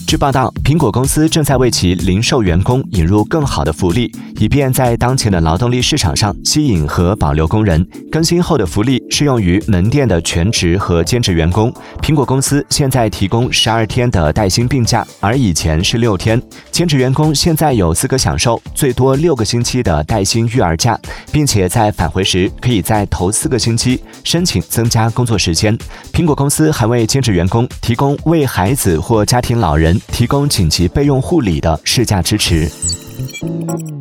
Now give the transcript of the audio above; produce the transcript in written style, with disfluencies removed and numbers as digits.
据报道，苹果公司正在为其零售员工引入更好的福利，以便在当前的劳动力市场上吸引和保留工人。更新后的福利适用于门店的全职和兼职员工。苹果公司现在提供12天的带薪病假，而以前是6天。兼职员工现在有资格享受最多6个星期的带薪育儿假，并且在返回时可以在头4个星期申请增加工作时间。苹果公司还为兼职员工提供为孩子或家庭老人提供紧急备用护理的事假支持。